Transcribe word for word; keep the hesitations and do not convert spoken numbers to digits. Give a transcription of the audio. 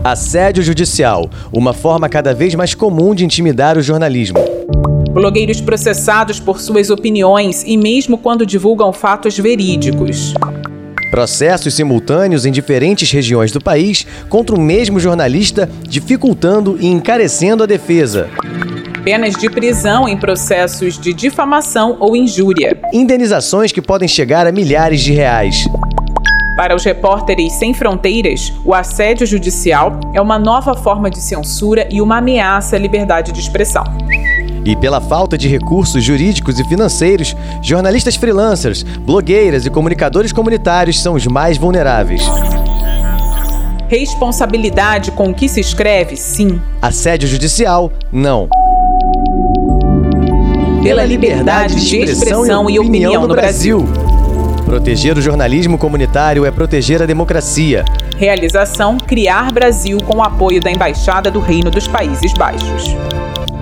Assédio judicial, uma forma cada vez mais comum de intimidar o jornalismo. Blogueiros processados por suas opiniões e mesmo quando divulgam fatos verídicos. Processos simultâneos em diferentes regiões do país contra o mesmo jornalista, dificultando e encarecendo a defesa. Penas de prisão em processos de difamação ou injúria. Indenizações que podem chegar a milhares de reais. Para os repórteres sem fronteiras, o assédio judicial é uma nova forma de censura e uma ameaça à liberdade de expressão. E pela falta de recursos jurídicos e financeiros, jornalistas freelancers, blogueiras e comunicadores comunitários são os mais vulneráveis. Responsabilidade com o que se escreve, sim. Assédio judicial, não. Pela liberdade de expressão e opinião no Brasil. Proteger o jornalismo comunitário é proteger a democracia. Realização: Criar Brasil com o apoio da Embaixada do Reino dos Países Baixos.